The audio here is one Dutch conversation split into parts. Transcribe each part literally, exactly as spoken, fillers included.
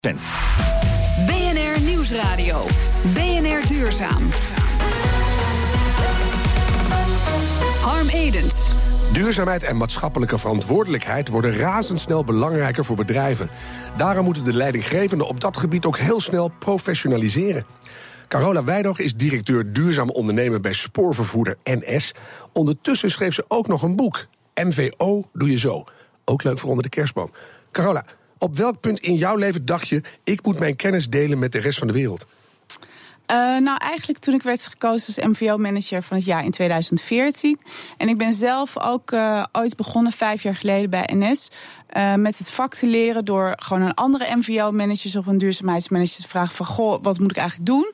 B N R Nieuwsradio. B N R Duurzaam. Harm Edens. Duurzaamheid en maatschappelijke verantwoordelijkheid worden razendsnel belangrijker voor bedrijven. Daarom moeten de leidinggevenden op dat gebied ook heel snel professionaliseren. Carola Weidog is directeur duurzaam ondernemen bij spoorvervoerder N S. Ondertussen schreef ze ook nog een boek. M V O doe je zo. Ook leuk voor onder de kerstboom. Carola, op welk punt in jouw leven dacht je, ik moet mijn kennis delen met de rest van de wereld? Uh, nou, eigenlijk toen ik werd gekozen als M V O-manager van het jaar in tweeduizend veertien. En ik ben zelf ook uh, ooit begonnen, vijf jaar geleden bij N S... Uh, met het vak te leren door gewoon een andere M V O-managers of een duurzaamheidsmanager te vragen van, goh, wat moet ik eigenlijk doen?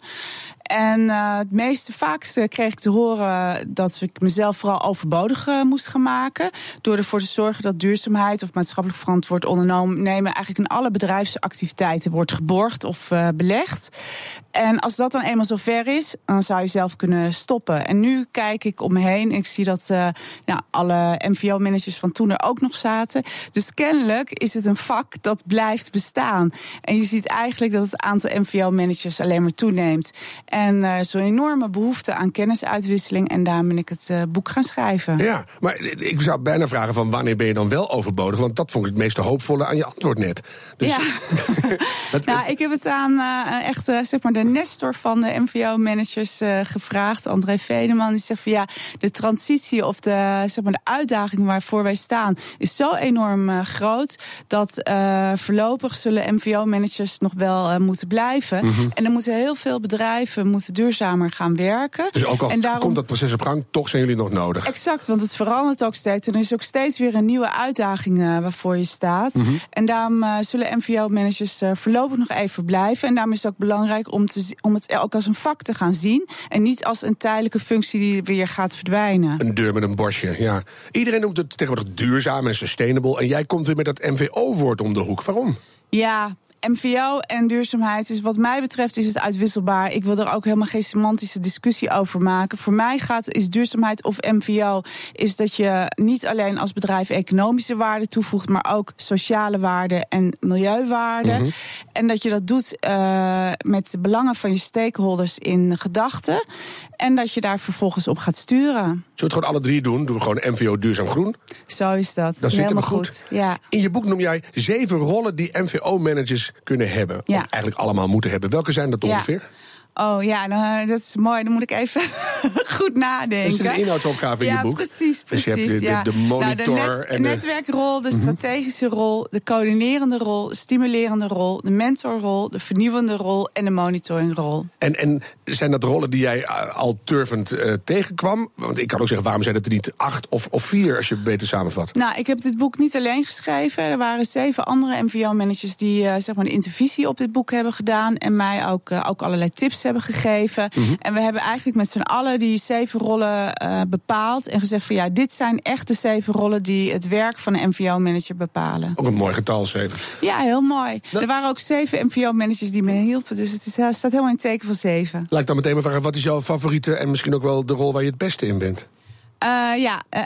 En uh, het meeste, vaakste kreeg ik te horen dat ik mezelf vooral overbodig uh, moest gaan maken. Door ervoor te zorgen dat duurzaamheid of maatschappelijk verantwoord ondernemen eigenlijk in alle bedrijfsactiviteiten wordt geborgd of uh, belegd. En als dat dan eenmaal zover is, dan zou je zelf kunnen stoppen. En nu kijk ik om me heen en ik zie dat uh, nou, alle M V O-managers van toen er ook nog zaten. Dus kennelijk is het een vak dat blijft bestaan. En je ziet eigenlijk dat het aantal M V O-managers alleen maar toeneemt. En uh, zo'n enorme behoefte aan kennisuitwisseling. En daarom ben ik het uh, boek gaan schrijven. Ja, maar ik zou bijna vragen van wanneer ben je dan wel overbodig? Want dat vond ik het meeste hoopvolle aan je antwoord net. Dus ja, dat, nou, ik heb het aan uh, echt uh, zeg maar de Nestor van de M V O-managers uh, gevraagd. André Veneman, die zegt van ja, de transitie of de, zeg maar, de uitdaging waarvoor wij staan is zo enorm uh, groot dat uh, voorlopig zullen M V O-managers nog wel uh, moeten blijven. Mm-hmm. En er moeten heel veel bedrijven moeten duurzamer gaan werken. Dus ook al en daarom, komt dat proces op gang, toch zijn jullie nog nodig. Exact, want het verandert ook steeds. En er is ook steeds weer een nieuwe uitdaging uh, waarvoor je staat. Mm-hmm. En daarom uh, zullen M V O-managers uh, voorlopig nog even blijven. En daarom is het ook belangrijk om, te, om het ook als een vak te gaan zien. En niet als een tijdelijke functie die weer gaat verdwijnen. Een deur met een bosje, ja. Iedereen noemt het tegenwoordig duurzaam en sustainable. En jij komt weer met dat M V O-woord om de hoek. Waarom? Ja, M V O en duurzaamheid is wat mij betreft is het uitwisselbaar. Ik wil er ook helemaal geen semantische discussie over maken. Voor mij gaat is duurzaamheid of M V O is dat je niet alleen als bedrijf economische waarden toevoegt, maar ook sociale waarden en milieuwaarden. Mm-hmm. En dat je dat doet uh, met de belangen van je stakeholders in gedachten. En dat je daar vervolgens op gaat sturen. Zullen we het gewoon alle drie doen? Doen we gewoon M V O duurzaam groen? Zo is dat. Dat helemaal we goed. goed. Ja. In je boek noem jij zeven rollen die M V O-managers kunnen hebben. Ja. Of eigenlijk allemaal moeten hebben. Welke zijn dat ongeveer? Ja. Oh ja, nou, dat is mooi. Dan moet ik even goed nadenken. Dat is een inhoudsopgave in ja, je boek. Precies, precies. Dus je hebt de, ja. de, de monitor nou, de net, en de netwerkrol, de strategische rol, de coördinerende rol, de stimulerende rol, de mentorrol, de vernieuwende rol en de monitoringrol. En, en zijn dat rollen die jij al turvend uh, tegenkwam? Want ik kan ook zeggen, waarom zijn het er niet acht of, of vier als je het beter samenvat? Nou, ik heb dit boek niet alleen geschreven. Er waren zeven andere M V O-managers die uh, zeg maar de intervisie op dit boek hebben gedaan en mij ook, uh, ook allerlei tips hebben gegeven. Mm-hmm. En we hebben eigenlijk met z'n allen die zeven rollen uh, bepaald en gezegd van ja, dit zijn echt de zeven rollen die het werk van een M V O-manager bepalen. Ook een mooi getal, zeven. Ja, heel mooi. Dat... Er waren ook zeven M V O-managers die me hielpen, dus het, is, het staat helemaal in het teken van zeven. Laat ik dan meteen maar vragen, wat is jouw favoriete en misschien ook wel de rol waar je het beste in bent? Uh, ja, uh,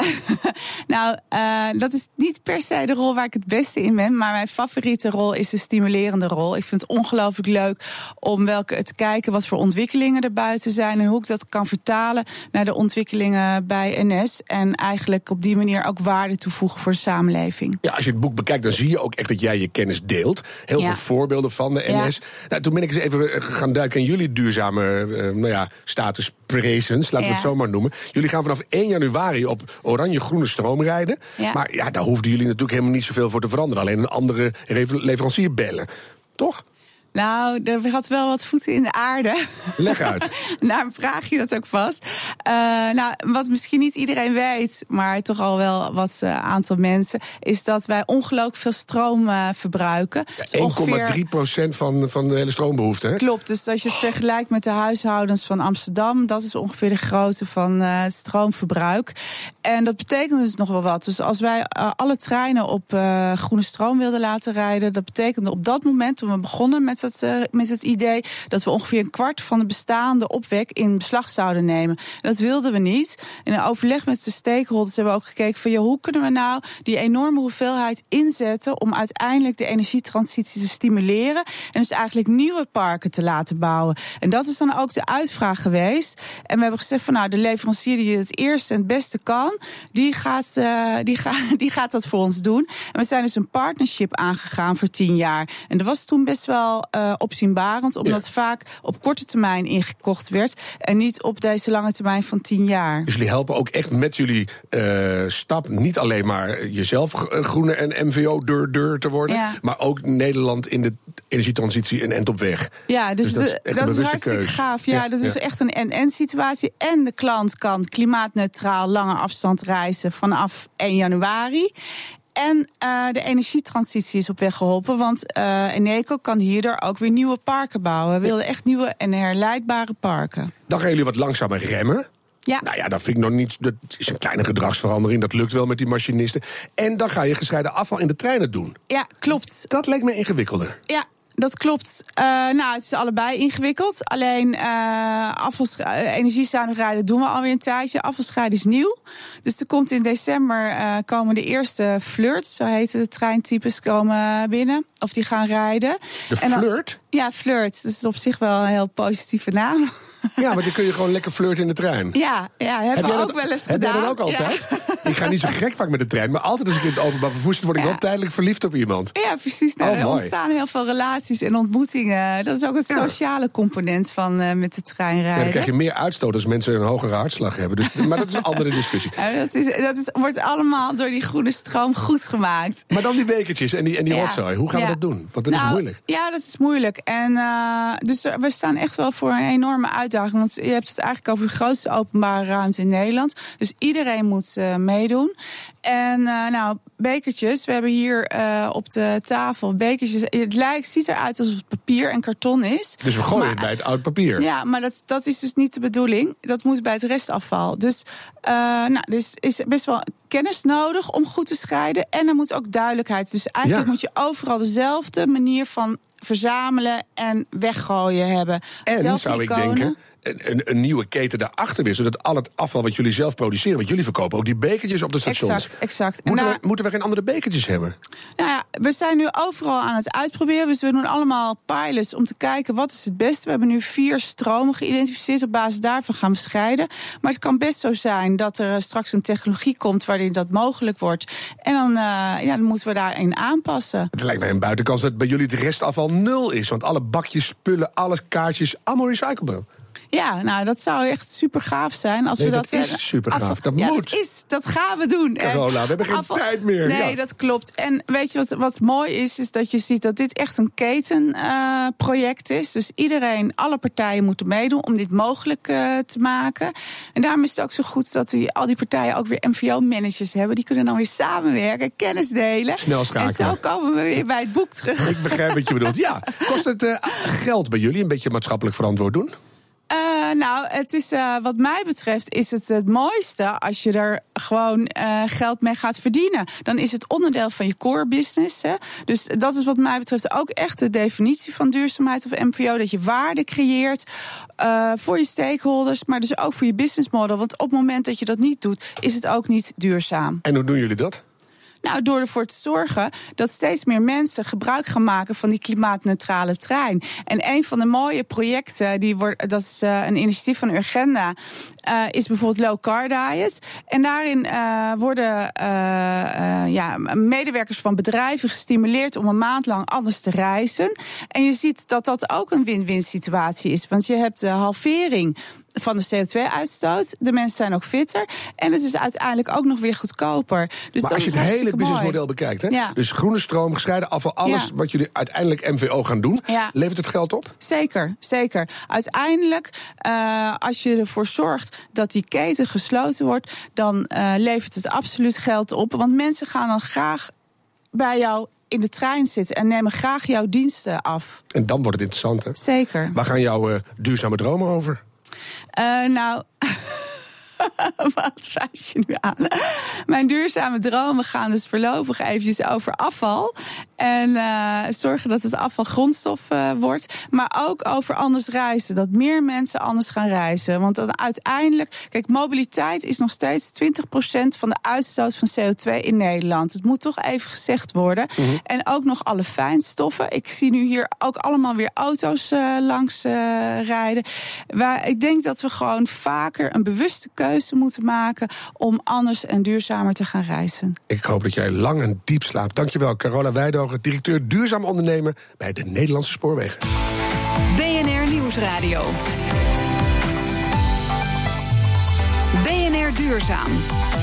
nou, uh, dat is niet per se de rol waar ik het beste in ben. Maar mijn favoriete rol is de stimulerende rol. Ik vind het ongelooflijk leuk om welke te kijken wat voor ontwikkelingen er buiten zijn en hoe ik dat kan vertalen naar de ontwikkelingen bij N S. En eigenlijk op die manier ook waarde toevoegen voor de samenleving. Ja, als je het boek bekijkt, dan zie je ook echt dat jij je kennis deelt. Heel ja. veel voorbeelden van de N S. Ja. Nou, toen ben ik eens even gaan duiken in jullie duurzame uh, nou ja, status presence, laten ja. we het zo maar noemen. Jullie gaan vanaf één januari op oranje-groene stroom rijden. Ja. Maar ja, daar hoefden jullie natuurlijk helemaal niet zoveel voor te veranderen. Alleen een andere leverancier bellen. Toch? Nou, er had wel wat voeten in de aarde. Leg uit. Daarom vraag je dat ook vast. Uh, nou, wat misschien niet iedereen weet, maar toch al wel wat uh, aantal mensen, is dat wij ongelooflijk veel stroom uh, verbruiken. Ja, dus één komma drie procent van, van de hele stroombehoefte, hè? Klopt, dus als je het vergelijkt met de huishoudens van Amsterdam, dat is ongeveer de grootte van uh, het stroomverbruik. En dat betekent dus nog wel wat. Dus als wij uh, alle treinen op uh, groene stroom wilden laten rijden, dat betekende op dat moment, toen we begonnen met met het, uh, met het idee dat we ongeveer een kwart van de bestaande opwek in beslag zouden nemen. Dat wilden we niet. In een overleg met de stakeholders hebben we ook gekeken van, joh, hoe kunnen we nou die enorme hoeveelheid inzetten om uiteindelijk de energietransitie te stimuleren en dus eigenlijk nieuwe parken te laten bouwen. En dat is dan ook de uitvraag geweest. En we hebben gezegd van, nou, de leverancier die het eerste en het beste kan, die gaat, uh, die, ga, die gaat dat voor ons doen. En we zijn dus een partnership aangegaan voor tien jaar. En dat was toen best wel uh, opzienbarend, omdat ja. vaak op korte termijn ingekocht werd en niet op deze lange termijn van tien jaar. Dus jullie helpen ook echt met jullie uh, stap niet alleen maar jezelf groene en M V O deur deur te worden, ja. maar ook Nederland in de energietransitie een end op weg. Ja, dus, dus dat, de, is, dat is hartstikke keus. gaaf. Ja, ja dat ja. is echt een en-en situatie. En de klant kan klimaatneutraal lange afstand reizen vanaf één januari. En uh, de energietransitie is op weg geholpen, want uh, Eneco kan hierdoor ook weer nieuwe parken bouwen. We wilden echt nieuwe en herleidbare parken. Dan gaan jullie wat langzamer remmen. Ja. Nou ja, dat vind ik nog niet. Dat is een kleine gedragsverandering. Dat lukt wel met die machinisten. En dan ga je gescheiden afval in de treinen doen. Ja, klopt. Dat leek me ingewikkelder. Ja. Dat klopt. Uh, nou, het is allebei ingewikkeld. Alleen uh, afvalsche- energiezuinig rijden doen we alweer een tijdje. Afvalscheiden is nieuw. Dus er komt in december uh, komen de eerste flirts, zo heten de treintypes, komen binnen. Of die gaan rijden. De en flirt? Dan, ja, flirt. Dat is op zich wel een heel positieve naam. Ja, maar dan kun je gewoon lekker flirten in de trein. Ja, ja hebben heb we ook dat, wel eens heb gedaan. Heb jij dat ook altijd? Ja. Ik ga niet zo gek vaak met de trein, maar altijd als ik in het openbaar vervoer zit, word ik ja. wel tijdelijk verliefd op iemand. Ja, precies. Nou, oh, er ontstaan heel veel relaties en ontmoetingen. Dat is ook het ja. sociale component van uh, met de trein rijden. Ja, dan krijg je meer uitstoot als mensen een hogere hartslag hebben. Dus, maar dat is een andere discussie. Ja, dat is, dat is, wordt allemaal door die groene stroom goed gemaakt. Maar dan die bekertjes en die, en die ja. rotzooi. Hoe gaan ja. we dat doen? Want dat nou, is moeilijk. Ja, dat is moeilijk. En uh, dus we staan echt wel voor een enorme uitdaging. Want je hebt het eigenlijk over de grootste openbare ruimte in Nederland. Dus iedereen moet uh, meedoen. En uh, nou, bekertjes. We hebben hier uh, op de tafel bekertjes. Het lijkt, ziet eruit alsof het papier en karton is. Dus we gooien maar, het bij het oud papier. Ja, maar dat, dat is dus niet de bedoeling. Dat moet bij het restafval. Dus uh, nou, dus is best wel kennis nodig om goed te scheiden. En er moet ook duidelijkheid. Dus eigenlijk ja. moet je overal dezelfde manier van verzamelen en weggooien hebben. En Zelfde zou iconen. ik denken, Een, een nieuwe keten daarachter weer, zodat al het afval wat jullie zelf produceren, want jullie verkopen ook die bekertjes op de stations. Exact, exact. Moeten, nou, we, moeten we geen andere bekertjes hebben? Nou ja, we zijn nu overal aan het uitproberen. Dus we doen allemaal pilots om te kijken wat is het beste. We hebben nu vier stromen geïdentificeerd. Op basis daarvan gaan we scheiden. Maar het kan best zo zijn dat er straks een technologie komt waarin dat mogelijk wordt. En dan, uh, ja, dan moeten we daarin aanpassen. Het lijkt mij een buitenkans dat bij jullie het restafval nul is. Want alle bakjes, spullen, alle kaartjes, allemaal recyclable. Ja, nou, dat zou echt super gaaf zijn. Als nee, we dat, dat is super gaaf. Dat ja, moet. Dat is, dat gaan we doen. Carola, we hebben geen afval, tijd meer. Nee, ja. dat klopt. En weet je wat, wat mooi is, is dat je ziet dat dit echt een ketenproject uh, is. Dus iedereen, alle partijen moeten meedoen om dit mogelijk uh, te maken. En daarom is het ook zo goed dat die, al die partijen ook weer M V O-managers hebben. Die kunnen dan weer samenwerken, kennis delen. Snel schakelen. En zo komen we weer bij het boek terug. Ik begrijp wat je bedoelt. Ja, kost het uh, geld bij jullie een beetje maatschappelijk verantwoord doen? Uh, nou, het is, uh, wat mij betreft is het het mooiste als je er gewoon uh, geld mee gaat verdienen. Dan is het onderdeel van je core business. Hè. Dus dat is wat mij betreft ook echt de definitie van duurzaamheid of M V O. Dat je waarde creëert uh, voor je stakeholders, maar dus ook voor je business model. Want op het moment dat je dat niet doet, is het ook niet duurzaam. En hoe doen jullie dat? Nou, door ervoor te zorgen dat steeds meer mensen gebruik gaan maken van die klimaatneutrale trein. En een van de mooie projecten, die wordt, dat is uh, een initiatief van Urgenda, uh, is bijvoorbeeld Low Car Diet. En daarin uh, worden uh, uh, ja, medewerkers van bedrijven gestimuleerd om een maand lang anders te reizen. En je ziet dat dat ook een win-win situatie is. Want je hebt de halvering van de C O twee uitstoot. De mensen zijn ook fitter. En het is uiteindelijk ook nog weer goedkoper. Dus maar dat als je is het hele mooi. businessmodel bekijkt, hè? Ja. Dus groene stroom, gescheiden afval, alles ja. wat jullie uiteindelijk M V O gaan doen, ja. levert het geld op? Zeker, zeker. Uiteindelijk, uh, als je ervoor zorgt dat die keten gesloten wordt, dan uh, levert het absoluut geld op. Want mensen gaan dan graag bij jou in de trein zitten en nemen graag jouw diensten af. En dan wordt het interessant, hè? Zeker. Waar gaan jouw uh, duurzame dromen over? Uh, nou, wat wijs je nu aan? Mijn duurzame dromen gaan dus voorlopig eventjes over afval. En uh, zorgen dat het afval grondstof uh, wordt. Maar ook over anders reizen. Dat meer mensen anders gaan reizen. Want dan uiteindelijk... Kijk, mobiliteit is nog steeds twintig procent van de uitstoot van C O twee in Nederland. Het moet toch even gezegd worden. Mm-hmm. En ook nog alle fijnstoffen. Ik zie nu hier ook allemaal weer auto's uh, langs uh, rijden. Waar, ik denk dat we gewoon vaker een bewuste keuze moeten maken om anders en duurzamer te gaan reizen. Ik hoop dat jij lang en diep slaapt. Dankjewel, Carola Wijdogen, directeur duurzaam ondernemen bij de Nederlandse Spoorwegen. B N R Nieuwsradio. B N R Duurzaam.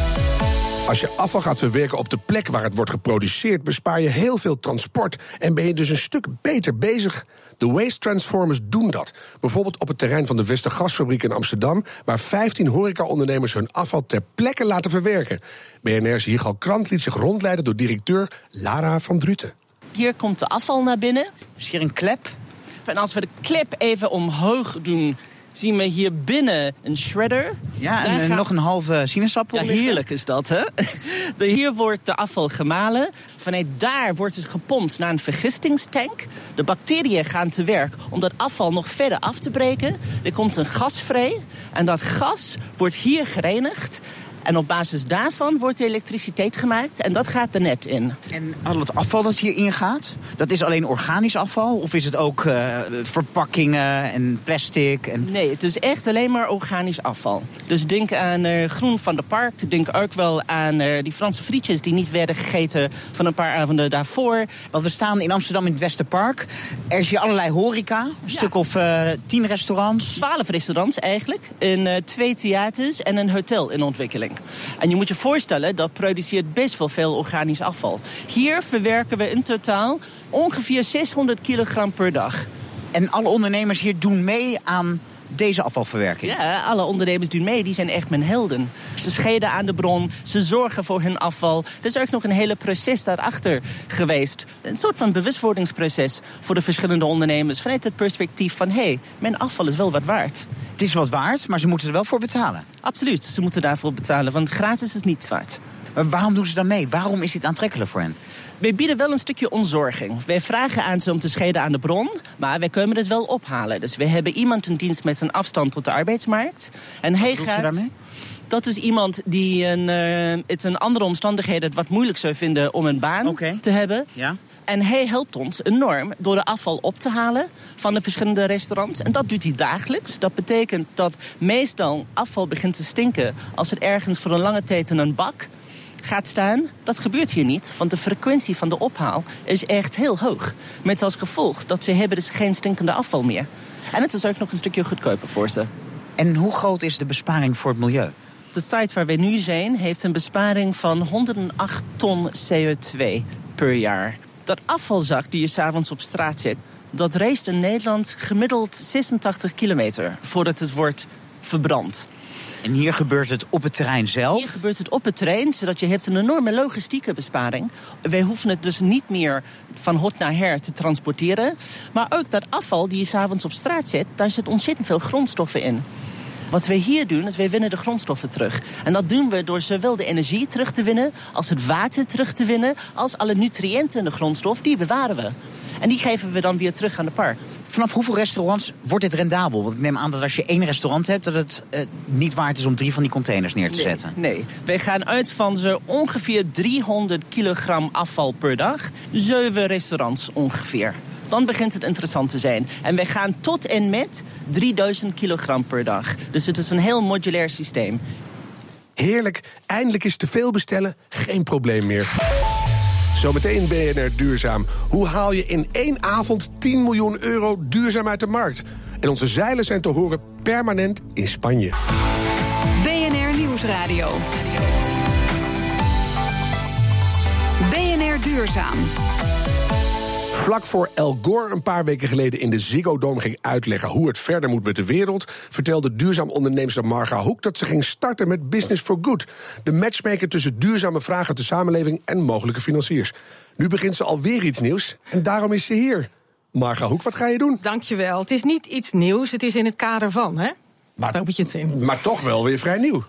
Als je afval gaat verwerken op de plek waar het wordt geproduceerd, bespaar je heel veel transport en ben je dus een stuk beter bezig. De Waste Transformers doen dat. Bijvoorbeeld op het terrein van de Westergasfabriek in Amsterdam, waar vijftien horecaondernemers hun afval ter plekke laten verwerken. B N R's Jigal Krant liet zich rondleiden door directeur Lara van Druten. Hier komt de afval naar binnen. Dus hier een klep. En als we de klep even omhoog doen, zien we hier binnen een shredder. Ja, en gaat... nog een halve sinaasappel. Ja, heerlijk is dat, hè? Hier wordt de afval gemalen. Vanuit daar wordt het gepompt naar een vergistingstank. De bacteriën gaan te werk om dat afval nog verder af te breken. Er komt een gas vrij. En dat gas wordt hier gereinigd. En op basis daarvan wordt de elektriciteit gemaakt en dat gaat er net in. En al het afval dat hierin gaat, dat is alleen organisch afval? Of is het ook uh, verpakkingen en plastic? En... Nee, het is echt alleen maar organisch afval. Dus denk aan uh, Groen van de Park. Denk ook wel aan uh, die Franse frietjes die niet werden gegeten van een paar avonden daarvoor. Want we staan in Amsterdam in het Westerpark. Er is hier allerlei horeca. Een ja. stuk of uh, tien restaurants. Twaalf restaurants eigenlijk. In uh, twee theaters en een hotel in ontwikkeling. En je moet je voorstellen, dat produceert best wel veel organisch afval. Hier verwerken we in totaal ongeveer zeshonderd kilogram per dag. En alle ondernemers hier doen mee aan deze afvalverwerking? Ja, alle ondernemers doen mee. Die zijn echt mijn helden. Ze scheiden aan de bron, ze zorgen voor hun afval. Er is ook nog een hele proces daarachter geweest. Een soort van bewustwordingsproces voor de verschillende ondernemers. Vanuit het perspectief van, hé, hey, mijn afval is wel wat waard. Het is wat waard, maar ze moeten er wel voor betalen. Absoluut, ze moeten daarvoor betalen, want gratis is niets waard. Maar waarom doen ze dan mee? Waarom is dit aantrekkelijk voor hen? Wij bieden wel een stukje ontzorging. Wij vragen aan ze om te scheiden aan de bron, maar wij kunnen het wel ophalen. Dus we hebben iemand in dienst met een afstand tot de arbeidsmarkt. En hij Wat gaat... je daarmee? Dat is iemand die een, uh, het in andere omstandigheden het wat moeilijk zou vinden om een baan okay. te hebben. Ja. En hij helpt ons enorm door de afval op te halen van de verschillende restaurants. En dat doet hij dagelijks. Dat betekent dat meestal afval begint te stinken als het ergens voor een lange tijd in een bak gaat staan. Dat gebeurt hier niet, want de frequentie van de ophaal is echt heel hoog. Met als gevolg dat ze hebben dus geen stinkende afval meer. En het is ook nog een stukje goedkoper voor ze. En hoe groot is de besparing voor het milieu? De site waar wij nu zijn heeft een besparing van honderdacht ton C O twee per jaar. Dat afvalzak die je 's avonds op straat zet, dat reist in Nederland gemiddeld zesentachtig kilometer voordat het wordt verbrand. En hier gebeurt het op het terrein zelf? Hier gebeurt het op het terrein, zodat je hebt een enorme logistieke besparing. Wij hoeven het dus niet meer van hot naar her te transporteren. Maar ook dat afval die je 's avonds op straat zet, daar zit ontzettend veel grondstoffen in. Wat wij hier doen, is wij winnen de grondstoffen terug. En dat doen we door zowel de energie terug te winnen, als het water terug te winnen, als alle nutriënten in de grondstof, die bewaren we. En die geven we dan weer terug aan de park. Vanaf hoeveel restaurants wordt dit rendabel? Want ik neem aan dat als je één restaurant hebt, dat het uh, niet waard is om drie van die containers neer te nee, zetten. Nee, wij gaan uit van zo ongeveer driehonderd kilogram afval per dag. Zeven restaurants ongeveer. Dan begint het interessant te zijn. En wij gaan tot en met drieduizend kilogram per dag. Dus het is een heel modulair systeem. Heerlijk, eindelijk is te veel bestellen geen probleem meer. Zometeen B N R Duurzaam. Hoe haal je in één avond tien miljoen euro duurzaam uit de markt? En onze zeilen zijn te horen permanent in Spanje. B N R Nieuwsradio. B N R Duurzaam. Vlak voor Al Gore een paar weken geleden in de Ziggo Dome ging uitleggen hoe het verder moet met de wereld, vertelde duurzaam onderneemster Marga Hoek dat ze ging starten met Business for Good, de matchmaker tussen duurzame vragen uit de samenleving en mogelijke financiers. Nu begint ze alweer iets nieuws en daarom is ze hier. Marga Hoek, wat ga je doen? Dankjewel. Het is niet iets nieuws, het is in het kader van, hè? Maar, Daar moet je het zien. Maar toch wel weer vrij nieuw.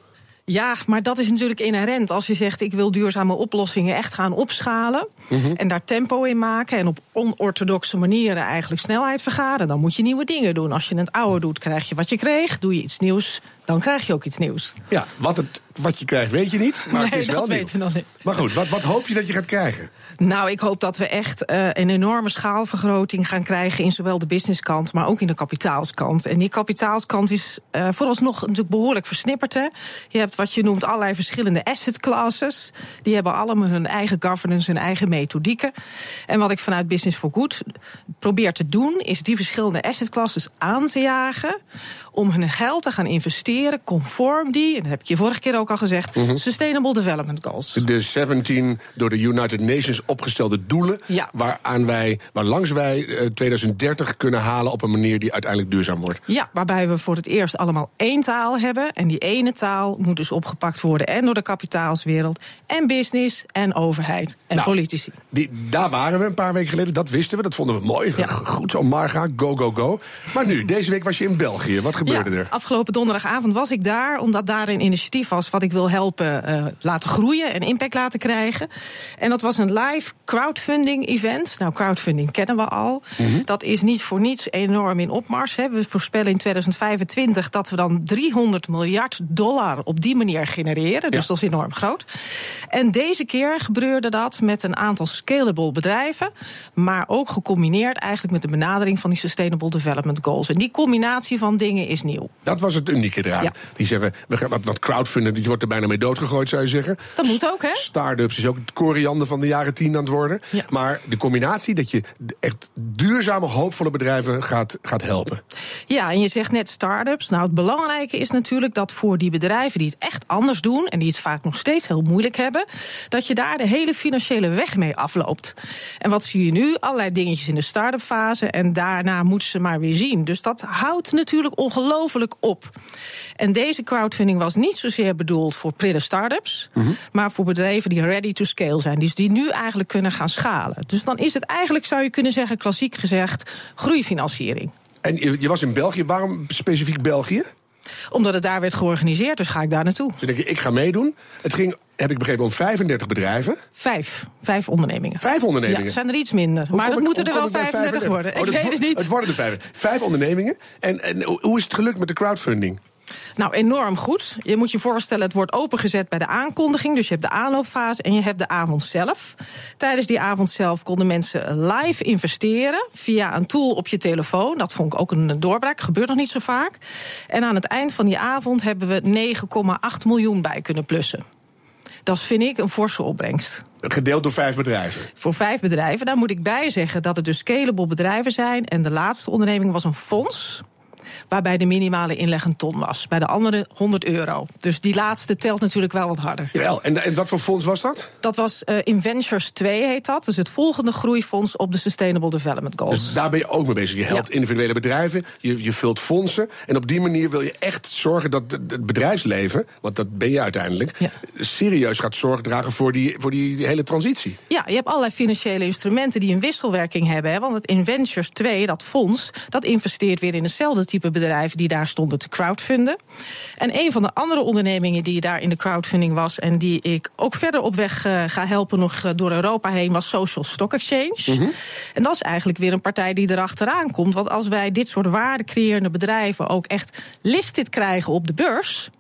Ja, maar dat is natuurlijk inherent. Als je zegt, ik wil duurzame oplossingen echt gaan opschalen... Mm-hmm. en daar tempo in maken en op onorthodoxe manieren eigenlijk snelheid vergaren... dan moet je nieuwe dingen doen. Als je het oude doet, krijg je wat je kreeg. Doe je iets nieuws, dan krijg je ook iets nieuws. Ja, wat, het, wat je krijgt weet je niet, maar nee, het is wel dat nieuw. weten we nog niet. Maar goed, wat, wat hoop je dat je gaat krijgen? Nou, ik hoop dat we echt uh, een enorme schaalvergroting gaan krijgen... in zowel de businesskant, maar ook in de kapitaalskant. En die kapitaalskant is uh, vooralsnog natuurlijk behoorlijk versnipperd. Hè? Je hebt wat je noemt allerlei verschillende asset classes. Die hebben allemaal hun eigen governance, hun eigen methodieken. En wat ik vanuit Business for Good probeer te doen... is die verschillende asset classes aan te jagen... om hun geld te gaan investeren conform die... en dat heb ik je vorige keer ook al gezegd... Mm-hmm. Sustainable Development Goals. De zeventien door de United Nations opgestelde doelen... Ja. waaraan wij, waarlangs wij uh, twintig dertig kunnen halen... op een manier die uiteindelijk duurzaam wordt. Ja, waarbij we voor het eerst allemaal één taal hebben... en die ene taal moet dus opgepakt worden... en door de kapitaalswereld, en business, en overheid, en nou, politici. Die, daar waren we een paar weken geleden, dat wisten we, dat vonden we mooi. Ja. Goed zo, Marga, go, go, go. Maar nu, deze week was je in België, wat gebeurde ja, er? Afgelopen donderdagavond was ik daar... omdat daar een initiatief was wat ik wil helpen uh, laten groeien... en impact laten krijgen. En dat was een live crowdfunding event. Nou, crowdfunding kennen we al. Mm-hmm. Dat is niet voor niets enorm in opmars. Hè. We voorspellen in twintig vijfentwintig dat we dan driehonderd miljard dollar op die manier genereren. Dus ja. dat is enorm groot. En deze keer gebeurde dat met een aantal scalable bedrijven... maar ook gecombineerd eigenlijk met de benadering van die Sustainable Development Goals. En die combinatie van dingen is nieuw. Dat was het unieke eraan. Ja. Die zeggen, we gaan wat, wat crowdfunden, die wordt er bijna mee doodgegooid, zou je zeggen. Dat moet ook, hè? Start-ups is ook het koriander van de jaren tien aan het worden. Ja. Maar de combinatie dat je echt duurzame, hoopvolle bedrijven gaat, gaat helpen. Ja, en je zegt net start-ups. Nou, het belangrijke is natuurlijk dat voor die bedrijven die het echt anders doen... en die het vaak nog steeds heel moeilijk hebben... dat je daar de hele financiële weg mee afloopt. En wat zie je nu? Allerlei dingetjes in de start-up fase... en daarna moeten ze maar weer zien. Dus dat houdt natuurlijk ongelooflijk op. En deze crowdfunding was niet zozeer bedoeld voor prille start-ups... Mm-hmm. maar voor bedrijven die ready to scale zijn. Dus die nu eigenlijk kunnen gaan schalen. Dus dan is het eigenlijk, zou je kunnen zeggen, klassiek gezegd... groeifinanciering. En je was in België. Waarom specifiek België? Omdat het daar werd georganiseerd, dus ga ik daar naartoe. Dus denk je, ik ga meedoen. Het ging, heb ik begrepen, om vijfendertig bedrijven. Vijf. Vijf ondernemingen. Vijf ondernemingen? Ja, zijn er iets minder. Hoe maar dat moeten er wel vijfendertig worden. Oh, ik weet het niet. Het worden er vijf. Vijf ondernemingen. En, en hoe is het gelukt met de crowdfunding? Nou, enorm goed. Je moet je voorstellen, het wordt opengezet bij de aankondiging. Dus je hebt de aanloopfase en je hebt de avond zelf. Tijdens die avond zelf konden mensen live investeren... via een tool op je telefoon. Dat vond ik ook een doorbraak, gebeurt nog niet zo vaak. En aan het eind van die avond hebben we negen komma acht miljoen bij kunnen plussen. Dat vind ik een forse opbrengst. Gedeeld door vijf bedrijven? Voor vijf bedrijven. Daar moet ik bij zeggen dat het dus scalable bedrijven zijn. En de laatste onderneming was een fonds... waarbij de minimale inleg een ton was. Bij de andere honderd euro. Dus die laatste telt natuurlijk wel wat harder. Jawel, en, en wat voor fonds was dat? Dat was uh, Inventures twee heet dat. Dus het volgende groeifonds op de Sustainable Development Goals. Dus daar ben je ook mee bezig. Je helpt ja. individuele bedrijven, je, je vult fondsen. En op die manier wil je echt zorgen dat het bedrijfsleven... want dat ben je uiteindelijk... Ja. serieus gaat zorg dragen voor die, voor die hele transitie. Ja, je hebt allerlei financiële instrumenten die een wisselwerking hebben. Hè, want het Inventures twee, dat fonds... dat investeert weer in hetzelfde type bedrijven die daar stonden te crowdfunden. En een van de andere ondernemingen die daar in de crowdfunding was... en die ik ook verder op weg uh, ga helpen nog uh, door Europa heen... was Social Stock Exchange. Mm-hmm. En dat is eigenlijk weer een partij die erachteraan komt. Want als wij dit soort waardecreërende bedrijven... ook echt listed krijgen op de beurs...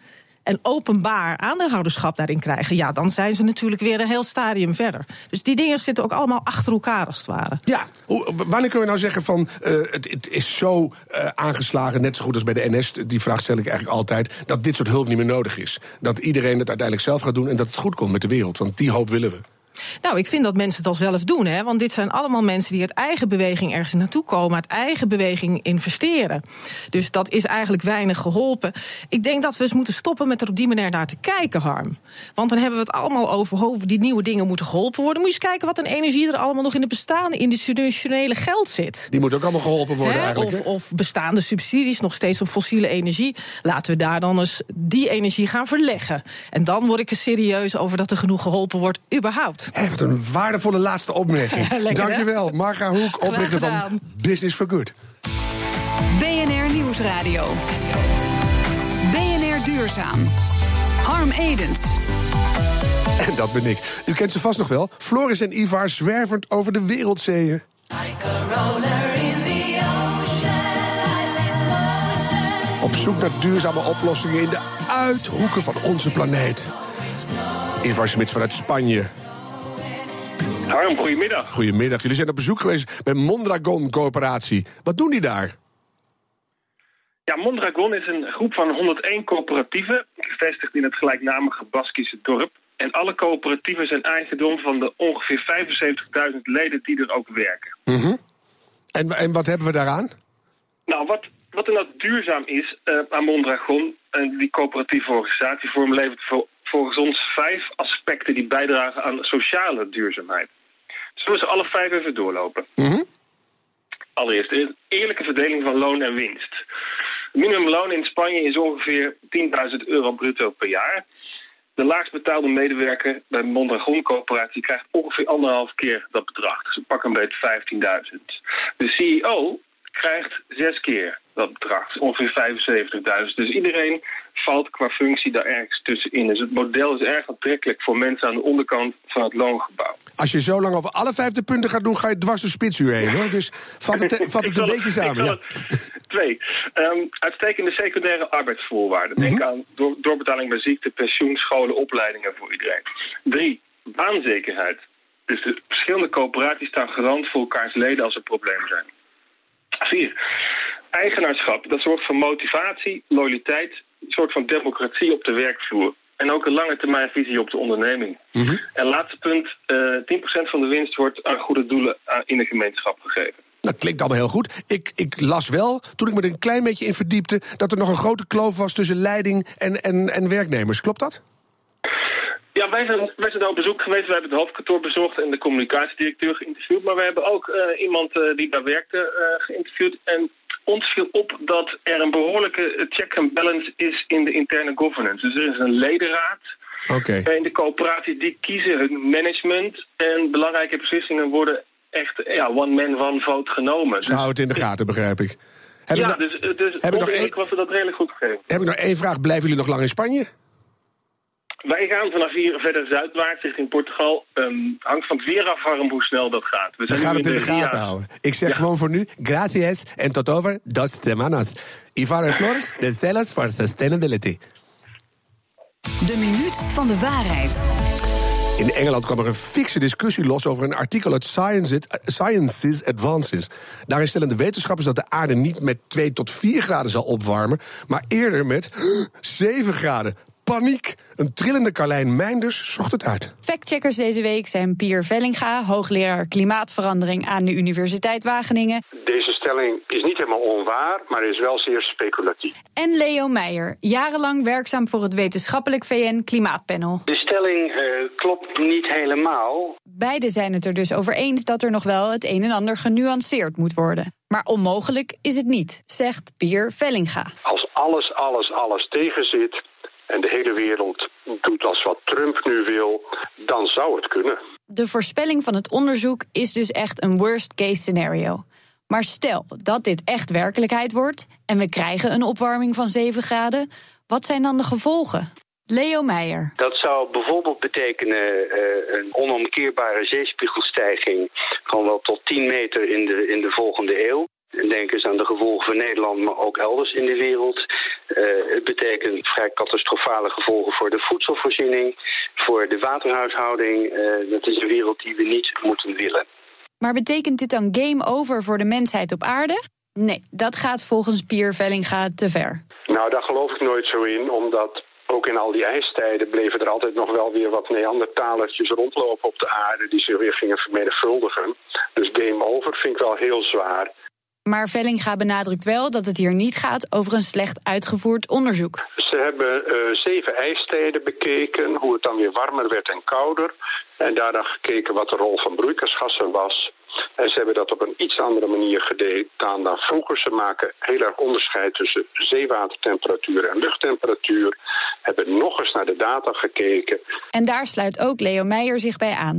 en openbaar aandeelhouderschap daarin krijgen... ja, dan zijn ze natuurlijk weer een heel stadium verder. Dus die dingen zitten ook allemaal achter elkaar, als het ware. Ja, wanneer kunnen we nou zeggen van... Uh, het, het is zo uh, aangeslagen, net zo goed als bij de N S... die vraag stel ik eigenlijk altijd... dat dit soort hulp niet meer nodig is. Dat iedereen het uiteindelijk zelf gaat doen... en dat het goed komt met de wereld, want die hoop willen we. Nou, ik vind dat mensen het al zelf doen, hè. Want dit zijn allemaal mensen die uit eigen beweging ergens naartoe komen... uit eigen beweging investeren. Dus dat is eigenlijk weinig geholpen. Ik denk dat we eens moeten stoppen met er op die manier naar te kijken, Harm. Want dan hebben we het allemaal over hoe die nieuwe dingen moeten geholpen worden. Moet je eens kijken wat een energie er allemaal nog in het bestaande institutionele geld zit. Die moet ook allemaal geholpen worden, hè? Eigenlijk. Of, of bestaande subsidies nog steeds op fossiele energie. Laten we daar dan eens die energie gaan verleggen. En dan word ik er serieus over dat er genoeg geholpen wordt, überhaupt. Hey, wat een waardevolle laatste opmerking. Dankjewel, Marga Hoek, oprichter van Business for Good. B N R Nieuwsradio. B N R Duurzaam. Harm Edens. En dat ben ik. U kent ze vast nog wel. Floris en Ivar zwervend over de wereldzeeën. Op zoek naar duurzame oplossingen in de uithoeken van onze planeet. Ivar Smits vanuit Spanje. Harm, goedemiddag. Goedemiddag. Jullie zijn op bezoek geweest bij Mondragon Coöperatie. Wat doen die daar? Ja, Mondragon is een groep van honderdéén coöperatieven, gevestigd in het gelijknamige Baskische dorp. En alle coöperatieven zijn eigendom van de ongeveer vijfenzeventigduizend leden die er ook werken. Mm-hmm. En, en wat hebben we daaraan? Nou, wat, wat er nou duurzaam is uh, aan Mondragon, en die coöperatieve organisatievorm levert vol, volgens ons vijf aspecten die bijdragen aan sociale duurzaamheid. Zullen we ze alle vijf even doorlopen? Mm-hmm. Allereerst, een eerlijke verdeling van loon en winst. Het minimumloon in Spanje is ongeveer tienduizend euro bruto per jaar. De laagst betaalde medewerker bij Mondragon Coöperatie krijgt ongeveer anderhalf keer dat bedrag. Dus pak een beetje vijftienduizend. De C E O krijgt zes keer dat bedrag, dus ongeveer vijfenzeventigduizend. Dus iedereen valt qua functie daar ergens tussenin. Dus het model is erg aantrekkelijk voor mensen aan de onderkant van het loongebouw. Als je zo lang over alle vijfde punten gaat doen, ga je dwars de spitsuur heen, hoor. Dus vat het, vat het een beetje samen. Ja. Twee. Um, uitstekende secundaire arbeidsvoorwaarden. Denk mm-hmm. aan door, doorbetaling bij ziekte, pensioen, scholen, opleidingen voor iedereen. Drie. Baanzekerheid. Dus de verschillende coöperaties staan garant voor elkaars leden als er problemen zijn. Vier. Eigenaarschap. Dat zorgt voor motivatie, loyaliteit, een soort van democratie op de werkvloer. En ook een lange termijn visie op de onderneming. Mm-hmm. En laatste punt, uh, tien procent van de winst wordt aan goede doelen in de gemeenschap gegeven. Dat klinkt allemaal heel goed. Ik, ik las wel, toen ik me er een klein beetje in verdiepte, dat er nog een grote kloof was tussen leiding en, en, en werknemers. Klopt dat? Ja, wij zijn, wij zijn daar op bezoek geweest. We hebben het hoofdkantoor bezocht en de communicatiedirecteur geïnterviewd. Maar we hebben ook uh, iemand uh, die daar werkte uh, geïnterviewd. En ons viel op dat er een behoorlijke check and balance is in de interne governance. Dus er is een ledenraad. Okay. In de coöperaties die kiezen hun management. En belangrijke beslissingen worden echt ja, one man, one vote genomen. Ze houden het in de gaten, begrijp ik. Heb ja, ik dus, dus heb ik nog één, was er dat redelijk goed gegeven. Heb ik nog één vraag. Blijven jullie nog lang in Spanje? Wij gaan vanaf hier verder zuidwaarts richting Portugal. Um, hangt van het weer af, Harm, hoe snel dat gaat. We, We gaan het in de, de gaten houden. Ik zeg ja. gewoon voor nu, gracias en tot over dos semanas. Ivar en Floris, de Cellas for Sustainability. De minuut van de waarheid. In Engeland kwam er een fikse discussie los over een artikel uit Sciences Advances. Daarin stellen de wetenschappers dat de aarde niet met twee tot vier graden zal opwarmen, maar eerder met zeven graden. Paniek! Een trillende Carlijn Meinders zocht het uit. Factcheckers deze week zijn Pier Vellinga, hoogleraar klimaatverandering aan de Universiteit Wageningen. Deze stelling is niet helemaal onwaar, maar is wel zeer speculatief. En Leo Meijer, jarenlang werkzaam voor het wetenschappelijk V N Klimaatpanel. De stelling uh, klopt niet helemaal. Beiden zijn het er dus over eens dat er nog wel het een en ander genuanceerd moet worden. Maar onmogelijk is het niet, zegt Pier Vellinga. Als alles, alles, alles tegenzit en de hele wereld doet als wat Trump nu wil, dan zou het kunnen. De voorspelling van het onderzoek is dus echt een worst-case scenario. Maar stel dat dit echt werkelijkheid wordt en we krijgen een opwarming van zeven graden, wat zijn dan de gevolgen? Leo Meijer. Dat zou bijvoorbeeld betekenen uh, een onomkeerbare zeespiegelstijging van wel tot tien meter in de, in de volgende eeuw. En denk eens aan de gevolgen voor Nederland, maar ook elders in de wereld. Uh, het betekent vrij catastrofale gevolgen voor de voedselvoorziening, voor de waterhuishouding. Uh, dat is een wereld die we niet moeten willen. Maar betekent dit dan game over voor de mensheid op aarde? Nee, dat gaat volgens Pier Vellinga te ver. Nou, daar geloof ik nooit zo in, omdat ook in al die ijstijden bleven er altijd nog wel weer wat Neandertalertjes rondlopen op de aarde die zich weer gingen vermenigvuldigen. Dus game over vind ik wel heel zwaar. Maar Vellinga benadrukt wel dat het hier niet gaat over een slecht uitgevoerd onderzoek. Ze hebben uh, zeven ijstijden bekeken, hoe het dan weer warmer werd en kouder. En daarna gekeken wat de rol van broeikasgassen was. En ze hebben dat op een iets andere manier gedaan dan vroeger. Ze maken heel erg onderscheid tussen zeewatertemperatuur en luchttemperatuur. Hebben nog eens naar de data gekeken. En daar sluit ook Leo Meijer zich bij aan.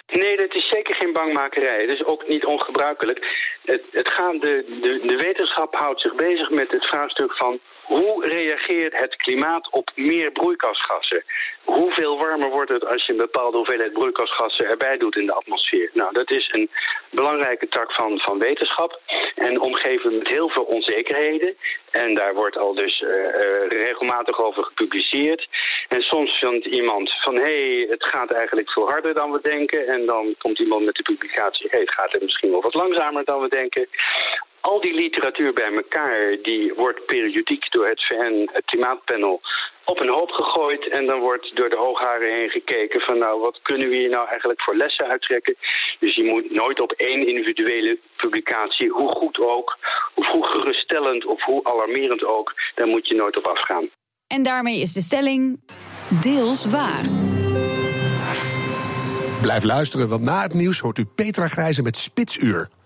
Nee, dat is zeker geen bangmakerij. Het is ook niet ongebruikelijk. Het, het gaat de, de, de wetenschap houdt zich bezig met het vraagstuk van hoe reageert het klimaat op meer broeikasgassen? Hoeveel warmer wordt het als je een bepaalde hoeveelheid broeikasgassen erbij doet in de atmosfeer? Nou, dat is een belangrijke tak van, van wetenschap en omgeven met heel veel onzekerheden. En daar wordt al dus uh, uh, regelmatig over gepubliceerd. En soms vindt iemand van, hé, hey, het gaat eigenlijk veel harder dan we denken. En dan komt iemand met de publicatie, hé, hey, het gaat er misschien wel wat langzamer dan we denken. Al die literatuur bij elkaar, die wordt periodiek door het V N, het Klimaatpanel, op een hoop gegooid. En dan wordt door de oogharen heen gekeken van, nou, wat kunnen we hier nou eigenlijk voor lessen uittrekken? Dus je moet nooit op één individuele publicatie, hoe goed ook, of hoe geruststellend of hoe alarmerend ook, daar moet je nooit op afgaan. En daarmee is de stelling deels waar. Blijf luisteren, want na het nieuws hoort u Petra Grijze met Spitsuur.